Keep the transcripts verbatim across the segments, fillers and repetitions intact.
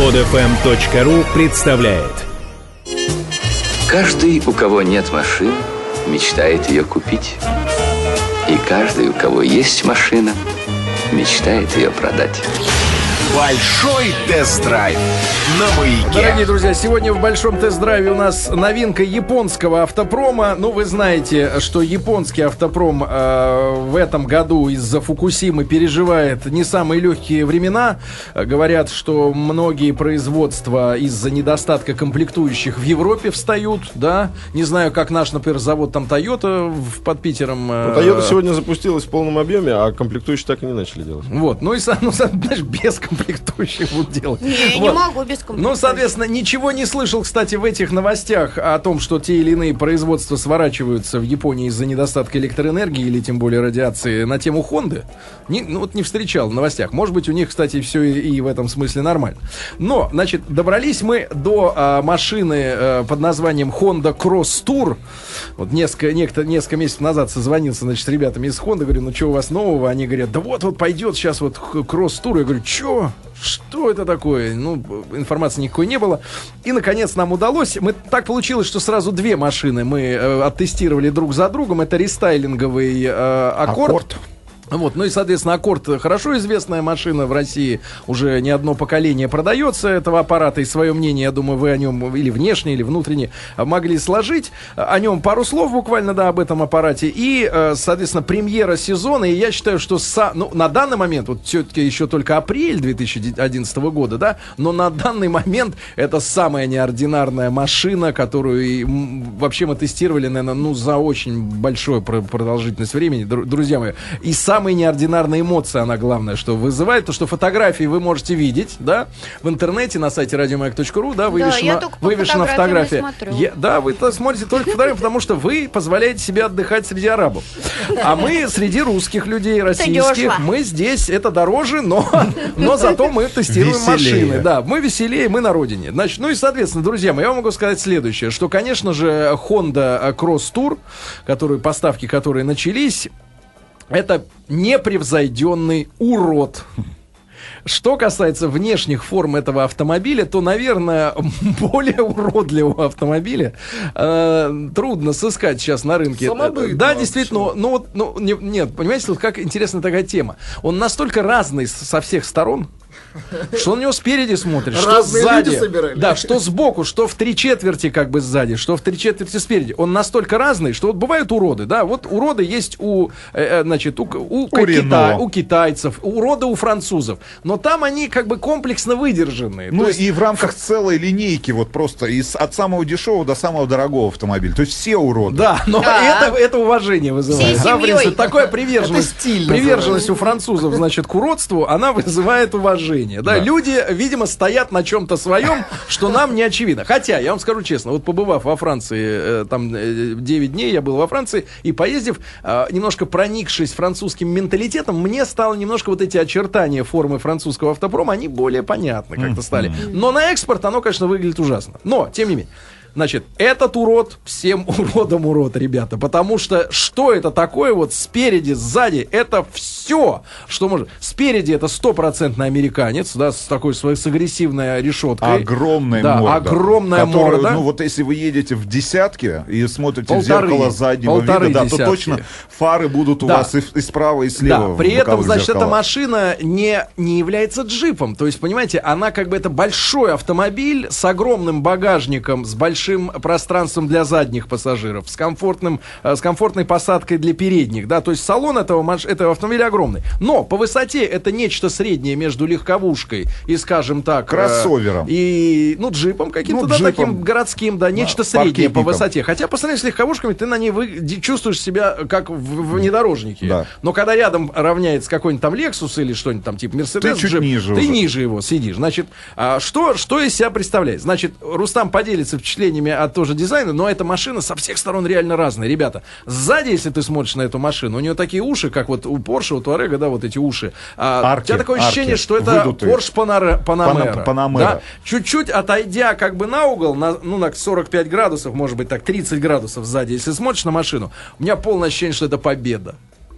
под эф эм точка ру представляет. Каждый, у кого нет машины, мечтает ее купить. И каждый, у кого есть машина, мечтает ее продать. Большой тест-драйв на Маяке. Дорогие друзья, сегодня в большом тест-драйве у нас новинка японского автопрома. Ну, вы знаете, что японский автопром э, в этом году из-за Фукусимы переживает не самые легкие времена. Говорят, что многие производства из-за недостатка комплектующих в Европе встают, да. Не знаю, как наш, например, завод там Toyota под Питером. Э, ну, Toyota сегодня запустилась в полном объеме, а комплектующие так и не начали делать. Вот, ну и, ну, знаешь, без комплектующих. комплектующих будут делать. Не, я вот. не могу без комплектующих. Ну, соответственно, ничего не слышал, кстати, в этих новостях о том, что те или иные производства сворачиваются в Японии из-за недостатка электроэнергии или тем более радиации на тему Хонды. Не, ну, вот не встречал в новостях. Может быть, у них, кстати, все и, и в этом смысле нормально. Но, значит, добрались мы до а, машины а, под названием Honda Cross Tour. Вот несколько, некто, несколько месяцев назад созвонился, значит, с ребятами из Honda. Говорю, ну, что у вас нового? Они говорят, да вот, вот пойдет сейчас вот Cross Tour. Я говорю, что? Что это такое? Ну, информации никакой не было. И, наконец, нам удалось. Мы, так получилось, что сразу две машины мы э, оттестировали друг за другом. Это рестайлинговый э, Аккорд. Аккорд. Вот, ну и, соответственно, Аккорд хорошо известная машина в России, уже не одно поколение продается этого аппарата, и свое мнение, я думаю, вы о нем или внешне, или внутренне могли сложить. О нем пару слов буквально, да, об этом аппарате. И, соответственно, премьера сезона, и я считаю, что со, ну, на данный момент, вот все-таки еще только апрель две тысячи одиннадцатого года, да, но на данный момент это самая неординарная машина, которую вообще мы тестировали, наверное, ну, за очень большую продолжительность времени, друзья мои. И сам Самые неординарные эмоции, она главное, что вызывает, то, что фотографии вы можете видеть, да, в интернете на сайте радиомаяк точка ру, да, вывешена, да, вывешена фотография. Я, да, вы смотрите только фотографии, потому что вы позволяете себе отдыхать среди арабов. А мы среди русских людей, российских, мы здесь, это дороже, но, но зато мы тестируем веселее. Машины. Да, мы веселее, мы на родине. Значит, ну и, соответственно, друзья мои, я могу сказать следующее, что, конечно же, Honda Cross Tour, которые, поставки которые начались, это непревзойденный урод. Что касается внешних форм этого автомобиля, то, наверное, более уродливого автомобиля э, трудно сыскать сейчас на рынке. Самобытно. Да, действительно, ну вот, ну, не, нет, понимаете, как интересная такая тема. Он настолько разный со всех сторон, что на него спереди смотришь, что сзади, да, что сбоку, что в три четверти как бы сзади, что в три четверти спереди. Он настолько разный, что вот бывают уроды, да, вот уроды есть у, э, значит, у, у, у, Кита, у китайцев, уроды у французов, но там они как бы комплексно выдержанные. Ну есть... и в рамках целой линейки, вот просто из, от самого дешевого до самого дорогого автомобиля, то есть все уроды. Да, но да. Это, это уважение вызывает. Да, в принципе, такая приверженность, приверженность у французов, значит, к уродству, она вызывает уважение. Да, да. Люди, видимо, стоят на чем-то своем, что нам не очевидно. Хотя, я вам скажу честно, вот побывав во Франции, э, там э, девять дней я был во Франции, и поездив, э, немножко проникшись французским менталитетом, мне стало немножко вот эти очертания формы французского автопрома, они более понятны как-то стали. Но на экспорт оно, конечно, выглядит ужасно. Но, тем не менее. Значит, этот урод всем уродом урод, ребята. Потому что что это такое вот спереди, сзади, это все, что может. Спереди это стопроцентный американец, да, с такой своей с агрессивной решеткой. Огромная да, морда. Огромная которую, морда. Ну вот если вы едете в десятке и смотрите полторы, в зеркало заднего вида, да, то точно фары будут у да. вас и, и справа, и слева. Да, при этом, значит, зеркалах. эта машина не, не является джипом. То есть, понимаете, она как бы это большой автомобиль с огромным багажником, с большим пространством для задних пассажиров, с комфортным, с комфортной посадкой для передних, да, то есть салон этого, этого автомобиля огромный. Но по высоте это нечто среднее между легковушкой и, скажем так, кроссовером. Э, и, ну, джипом каким-то, ну, да, джипом. Таким городским, да, нечто да, среднее по высоте. Хотя по сравнению с легковушками ты на ней вы, чувствуешь себя как в, в внедорожнике. Да. Но когда рядом равняется какой-нибудь там Lexus или что-нибудь там типа Mercedes, ты, джип, ниже, ты уже. ниже его сидишь. Значит, а, что, что из себя представляет? Значит, Рустам поделится впечатлениями от тоже дизайна, но эта машина со всех сторон реально разная. Ребята, сзади, если ты смотришь на эту машину, у нее такие уши, как вот у Porsche, у Touareg, да, вот эти уши. А, арки, у тебя такое ощущение, арки, что это выдутые. Porsche Panamera. Panamera. Да? Чуть-чуть отойдя как бы на угол, на, ну, на сорок пять градусов, может быть, так, тридцать градусов сзади, если смотришь на машину, у меня полное ощущение, что это Победа.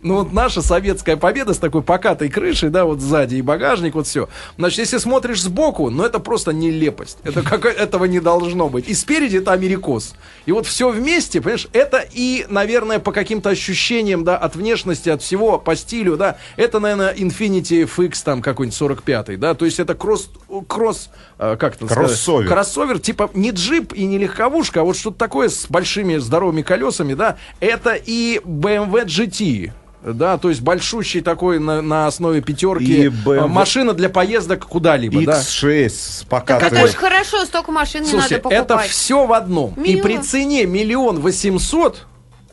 Ну вот наша советская победа с такой покатой крышей, да, вот сзади и багажник, вот все. Значит, если смотришь сбоку, ну это просто нелепость. Это как этого не должно быть. И спереди это америкос. И вот все вместе, понимаешь, это и, наверное, по каким-то ощущениям, да, от внешности, от всего, по стилю, да, это, наверное, Infiniti эф икс там какой-нибудь сорок пятый, да, то есть это кросс, кросс, э, как это сказать? Кроссовер. Кроссовер, типа не джип и не легковушка, а вот что-то такое с большими здоровыми колесами, да, это и би эм дабл ю джи ти. Да, то есть большущий такой на, на основе пятерки би эм дабл ю машина для поездок куда-либо, икс шесть с Так покатой. это ж хорошо, столько машин не Слушайте, надо покупать. это все в одном. И Мило. при цене миллион восемьсот,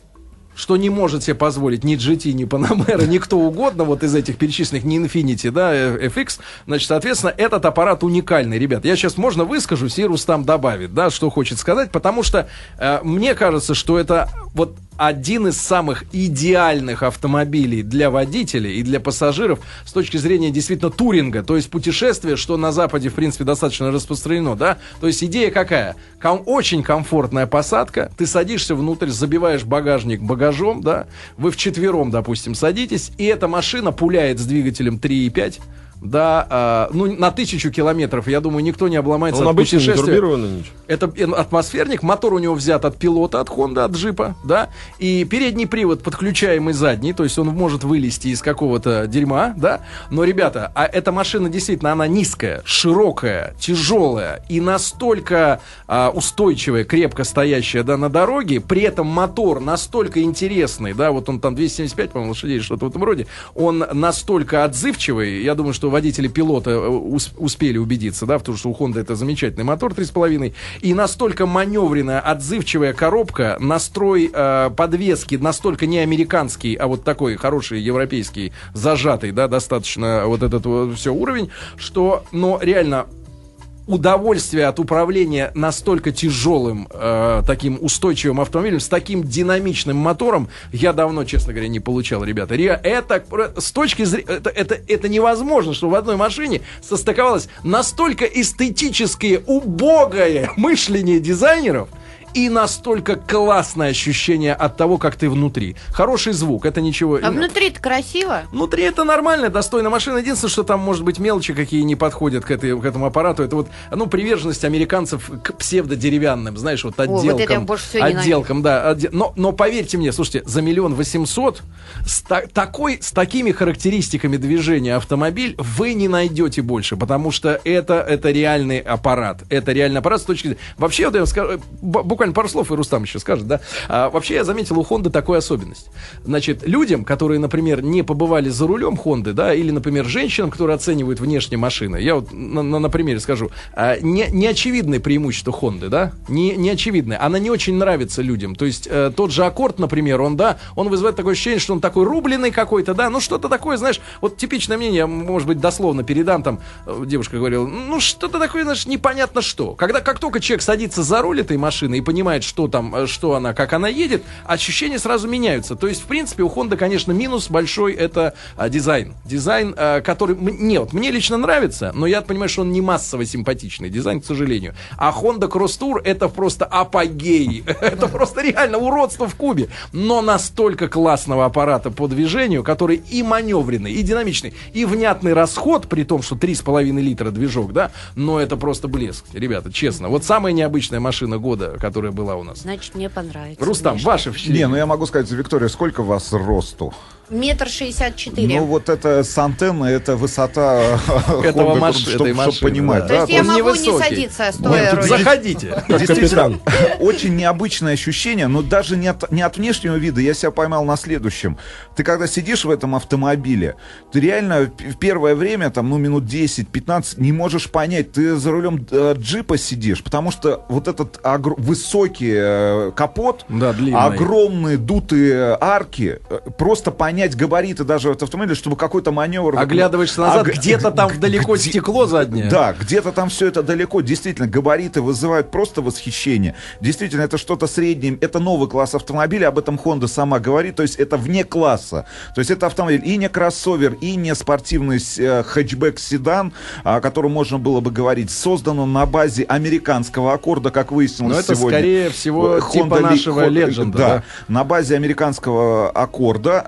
что не может себе позволить ни джи ти, ни Panamera, никто угодно, вот из этих перечисленных, ни Infiniti, да, эф икс, значит, соответственно, этот аппарат уникальный, ребят. Я сейчас, можно, выскажусь, и Рустам добавит, да, что хочет сказать, потому что э, мне кажется, что это вот один из самых идеальных автомобилей для водителей и для пассажиров с точки зрения действительно туринга, то есть путешествия, что на Западе, в принципе, достаточно распространено, да. То есть идея какая? Ком- очень комфортная посадка, ты садишься внутрь, забиваешь багажник багажом, да, вы вчетвером, допустим, садитесь, и эта машина пуляет с двигателем три и пять. Да, а, ну, на тысячу километров, я думаю, никто не обломается Он от обычно не путешествия. турбированный ничего. Это атмосферник, мотор у него взят от пилота, от Honda, от джипа, да, и передний привод подключаемый задний, то есть он может вылезти из какого-то дерьма, да, но, ребята, а эта машина действительно, она низкая, широкая, тяжелая и настолько а, устойчивая, крепко стоящая, да, на дороге, при этом мотор настолько интересный, да, вот он там двести семьдесят пять, по-моему, лошадей, что-то в этом роде, он настолько отзывчивый, я думаю, что водители пилота усп- успели убедиться, да, в том, что у Honda это замечательный мотор три с половиной, и настолько маневренная, отзывчивая коробка, настрой э, подвески настолько не американский, а вот такой хороший европейский, зажатый, да, достаточно вот этот вот все уровень, что, но реально удовольствие от управления настолько тяжелым, э, таким устойчивым автомобилем, с таким динамичным мотором, я давно, честно говоря, не получал, ребята. Ре- Это, с точки зрения, это, это, это невозможно, что в одной машине состыковалось настолько эстетическое, убогое мышление дизайнеров и настолько классное ощущение от того, как ты внутри. Хороший звук, это ничего... А внутри-то красиво. Внутри это нормальная, достойная машина. Единственное, что там, может быть, мелочи какие не подходят к, этой, к этому аппарату. Это вот, ну, приверженность американцев к псевдодеревянным, знаешь, вот отделкам. О, вот это я больше всего отделкам, да. Отде... Но, но поверьте мне, слушайте, за миллион восемьсот с, та- такой, с такими характеристиками движения автомобиль вы не найдете больше, потому что это, это реальный аппарат. Это реальный аппарат с точки зрения... Вообще, вот я вам скажу, буквально пару слов, и Рустам еще скажет, да. А, вообще, я заметил у Honda такую особенность. Значит, людям, которые, например, не побывали за рулем Honda, да, или, например, женщинам, которые оценивают внешне машины, я вот на, на, на примере скажу, а, не, не очевидное преимущество Honda, да, не, не очевидное. Она не очень нравится людям. То есть, э, тот же Accord, например, он, да, он вызывает такое ощущение, что он такой рубленый какой-то, да, ну, что-то такое, знаешь, вот типичное мнение, я, может быть, дословно передам, там, э, девушка говорила, ну, что-то такое, знаешь, непонятно что. Когда, как только человек садится за руль этой машины и понимает, что там, что она, как она едет, ощущения сразу меняются. То есть, в принципе, у Honda, конечно, минус большой — это а, дизайн. Дизайн, а, который... Нет, мне лично нравится, но я понимаю, что он не массово симпатичный дизайн, к сожалению. А Honda Cross Tour — это просто апогей. Это просто реально уродство в кубе. Но настолько классного аппарата по движению, который и маневренный, и динамичный, и внятный расход, при том, что три с половиной литра движок, да, но это просто блеск, ребята, честно. Вот самая необычная машина года, которая была у нас. Значит, мне понравится. Рустам, Миша. ваше впечатление? Не, ну я могу сказать, Виктория, сколько у вас росту? Метр шестьдесят четыре. Ну вот это с антенны, это высота Этого Honda, маш- чтоб- этой чтоб машины, понимать, да. То да, есть я он могу невысокий. не садиться, стоя Нет, рулить. Заходите. Действительно, очень необычное ощущение, но даже не от, не от внешнего вида. Я себя поймал на следующем. Ты когда сидишь в этом автомобиле, ты реально в первое время, там, ну, минут десять-пятнадцать, не можешь понять, ты за рулем э, джипа сидишь, потому что вот этот огр- высокий э, капот, Да, длинный. огромные дутые арки, э, просто понять габариты даже в автомобиле, чтобы какой-то маневр... Оглядываешься назад, А, где-то там г- вдалеко где- стекло заднее. Да, где-то там все это далеко. Действительно, габариты вызывают просто восхищение. Действительно, это что-то среднее. Это новый класс автомобиля, об этом Honda сама говорит. То есть это вне класса. То есть это автомобиль и не кроссовер, и не спортивный э, хэтчбэк-седан, о котором можно было бы говорить. Создан он на базе американского Аккорда, как выяснилось Но это сегодня. скорее всего Honda типа Li- нашего Honda- Legend, да, да? на базе американского Аккорда, а с двигателем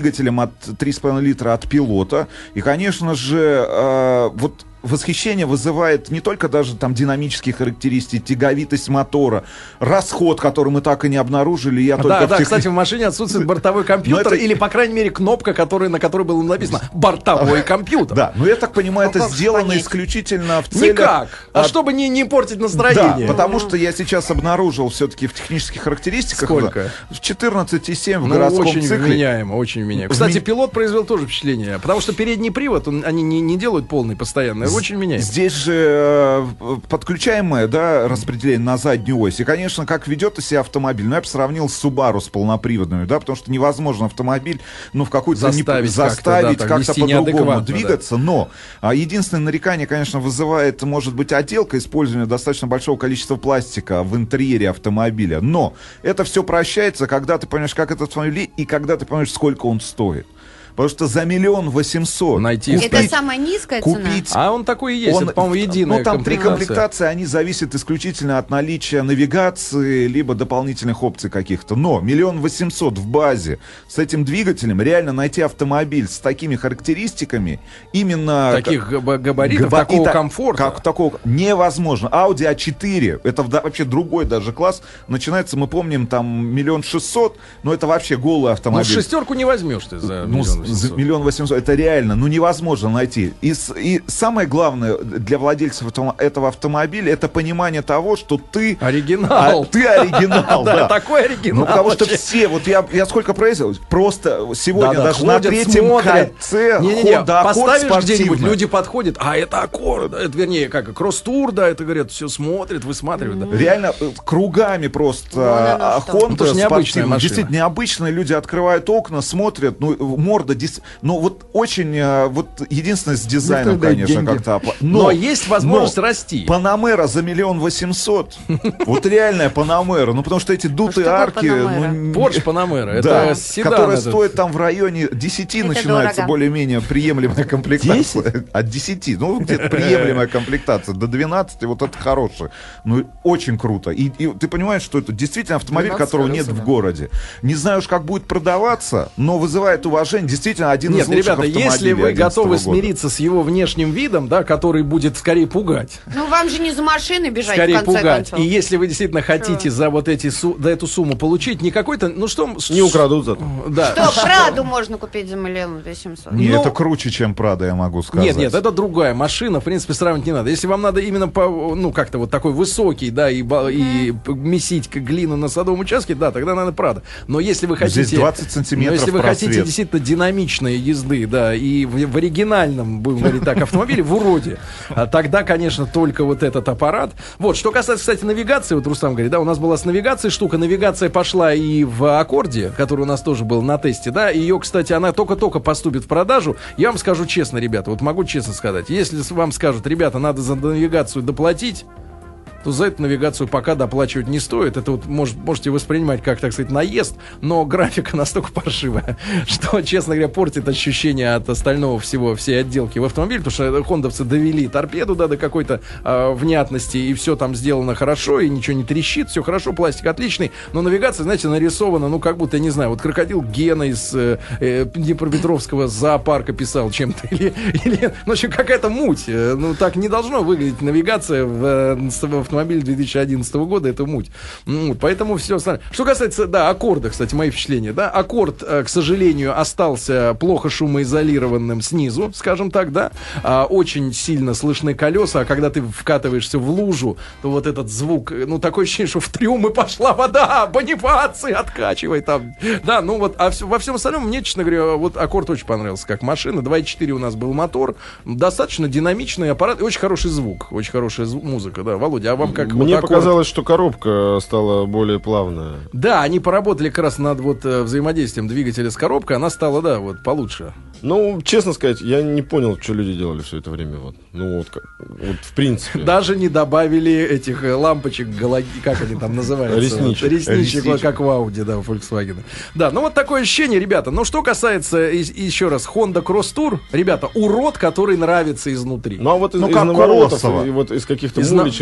двигателем от три с половиной литра от пилота. И, конечно же, э, вот восхищение вызывает не только даже там динамические характеристики, тяговитость мотора, расход, который мы так и не обнаружили. Я Да, только да, тех... кстати, в машине отсутствует бортовой компьютер, это... или, по крайней мере, кнопка, которая, на которой было написано «бортовой компьютер». Да, но я так понимаю, Ну, это как сделано понять? исключительно в целях... Никак. А от- чтобы не, не портить настроение. Да, потому что я сейчас обнаружил все-таки в технических характеристиках... Сколько? В четырнадцать и семь в Ну, городском очень цикле. вменяемо, очень вменяемо. Кстати, Вме- пилот произвел тоже впечатление, потому что передний привод, он- они не, не делают полный постоянно, очень вменяемо. Здесь же э, подключаемое, да, распределение на заднюю ось. И, конечно, как ведет себя автомобиль. Ну, я бы сравнил с Subaru с полноприводными, да, потому что невозможно автомобиль, ну, в какую-то... не- Заставить как-то, заставить да, так, как-то вести по-другому неадекватно, двигаться. Но а, единственное нарекание, конечно, вызывает, может быть, отделка, использование достаточно большого количества пластика в интерьере автомобиля. Но это все прощается, когда ты понимаешь, как этот автомобиль, и когда ты понимаешь, сколько он стоит. Потому что за миллион восемьсот Найти Это купить, самая низкая цена? купить А он такой и есть, он- это, по-моему, единая Ну, там три комплектация. комплектации, они зависят исключительно от наличия навигации, либо дополнительных опций каких-то. Но миллион восемьсот в базе с этим двигателем реально найти автомобиль с такими характеристиками именно... Таких габ- габаритов, Габа- такого и та- комфорта. Как такого невозможно. Audi а четыре, это да- вообще другой даже класс. Начинается, мы помним, там миллион шестьсот, но это вообще голый Ну, автомобиль. шестерку не возьмешь ты за Ну, миллион с- восемьсот. за миллион восемьсот, это реально, ну, невозможно найти. И, с- и самое главное для владельцев автомо- этого автомобиля, это понимание того, что ты... Оригинал. а, ты оригинал, Да, да. такой оригинал. Ну, потому что вообще. все, вот я, я сколько проездил, просто сегодня Да-да, даже на ходят, третьем смотрят. кольце Не-не-не, Honda Accord поставишь где-нибудь, спортивная. люди подходят, а это Аккорд, это, вернее, как, кросс-тур, да, это, говорят, все смотрят, высматривают. Да. Реально э, кругами просто Вон оно а, что. Honda Ну, потому что необычная спортивная. машина. Действительно необычные люди открывают окна, смотрят, ну морда, дис- ну вот очень, э, вот единственное с дизайном, Никто дает конечно, деньги. как-то. опа- Но есть возможность но расти. Панамера за миллион восемьсот, вот реальная Панамера, ну потому что эти дутые такое арки, Panamera? ну, Porsche Panamera, да, это седан которая этот. стоит там в районе десяти, Это начинается дорого. более-менее приемлемая комплектация. От десяти, ну где-то приемлемая комплектация. До двенадцати, вот это хорошее. Ну, очень круто. И, и ты понимаешь, что это действительно автомобиль, двенадцать которого нет хорошо, в да. городе. Не знаю уж, как будет продаваться, но вызывает уважение. Действительно, один Нет, из лучших ребята, автомобилей если вы одиннадцатого готовы года. смириться с его внешним видом, да, который будет скорее пугать, Ну, вам же не за машиной бежать, скорее в конце пугать. концов. И если вы действительно хотите за вот эти су- за эту сумму получить не какой-то, ну что, Не украдут зато. да. Что, Праду можно купить за миллион восемьсот? Не, Ну, это круче, чем Прада, я могу сказать. Нет, нет, это другая машина, в принципе, сравнивать не надо. Если вам надо именно по, ну, как-то вот такой высокий, да, и, ба- и п- месить к- глину на садовом участке, да, тогда надо Прада. Но если вы хотите... Здесь двадцать сантиметров но если вы просвет. хотите действительно динамичной езды, да, и в, в оригинальном, будем говорить так, автомобиле, в уроде, а тогда, конечно, только вот этот аппарат. Вот, что касается, кстати, навигации, вот Рустам говорит, да, у нас была с навигацией штука, навигация пошла и в Аккорде, который у нас тоже был на тесте, да, ее, кстати, она только-только поступит в продажу. Я вам скажу честно, ребята, вот могу честно сказать, если вам скажут, ребята, надо за навигацию доплатить, то за эту навигацию пока доплачивать не стоит. Это вот мож, можете воспринимать как, так сказать, наезд, но графика настолько паршивая, что, честно говоря, портит ощущение от остального всего, всей отделки в автомобиле, потому что хондовцы довели торпеду, да, до какой-то э, внятности, и все там сделано хорошо, и ничего не трещит, все хорошо, пластик отличный, но навигация, знаете, нарисована, ну, как будто, я не знаю, вот крокодил Гена из э, э, Днепропетровского зоопарка писал чем-то, или, или ну, в общем, какая-то муть. Э, Ну, так не должно выглядеть навигация в, э, в автомобиль две тысячи одиннадцатого года, это муть. Ну, поэтому все остальное. Что касается, да, Аккорда, кстати, мои впечатления, да, Аккорд, к сожалению, остался плохо шумоизолированным снизу, скажем так, да, а, очень сильно слышны колеса, а когда ты вкатываешься в лужу, то вот этот звук, ну, такое ощущение, что в трюмы пошла вода, Бонифаций, откачивай там, да, ну вот, а все, во всем остальном мне, честно говоря, вот Аккорд очень понравился как машина, два и четыре у нас был мотор, достаточно динамичный аппарат, и очень хороший звук, очень хорошая зву- музыка, да, Володя, а вам как Мне вот Accord? показалось, что коробка стала более плавная. Да, они поработали как раз над вот э, взаимодействием двигателя с коробкой, она стала, да, вот получше. Ну, честно сказать, я не понял, что люди делали все это время. Вот. Ну, вот, как- вот в принципе. Даже не добавили этих э, лампочек, галоги- как они там называются? Ресничек. Вот, ресничек, Ресничек. вот как в Audi, да, в Volkswagen. Да, ну вот такое ощущение, ребята. Но что касается, и- и еще раз, Honda Cross Tour, ребята, урод, который нравится изнутри. Ну, а вот из, Ну, из как наворотов, Колосова. и вот из каких-то Из на- мулечек, фишечек,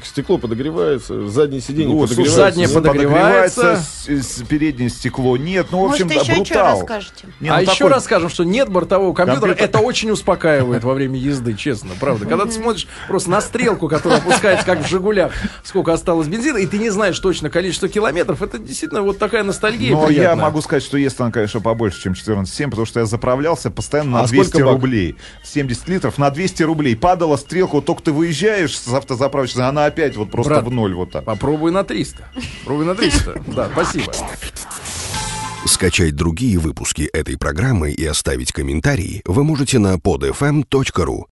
стекло подогревается, заднее сиденье Ну, подогревается. слушай, заднее нет? подогревается. с- с- переднее стекло нет. Ну, в общем, Может, да, еще что брутал. расскажете? Не, а ну, еще такой- расскажем, что нет бортового компьютера. Компьютер- Это очень успокаивает во время езды, честно, правда. Когда ты смотришь просто на стрелку, которая опускается, как в «Жигулях», сколько осталось бензина, и ты не знаешь точно количество километров, это действительно вот такая ностальгия Но приятная. я могу сказать, что ест она, конечно, побольше, чем четырнадцать целых семь, потому что я заправлялся постоянно на А двести сколько бак? рублей. семьдесят литров на двести рублей. Падала стрелка, вот только ты выезжаешь с автозаправочной, она опять вот просто Брат, в ноль вот так. Попробуй на триста. Попробуй на триста. Да, спасибо. Скачать другие выпуски этой программы и оставить комментарии вы можете на под эф эм точка ру.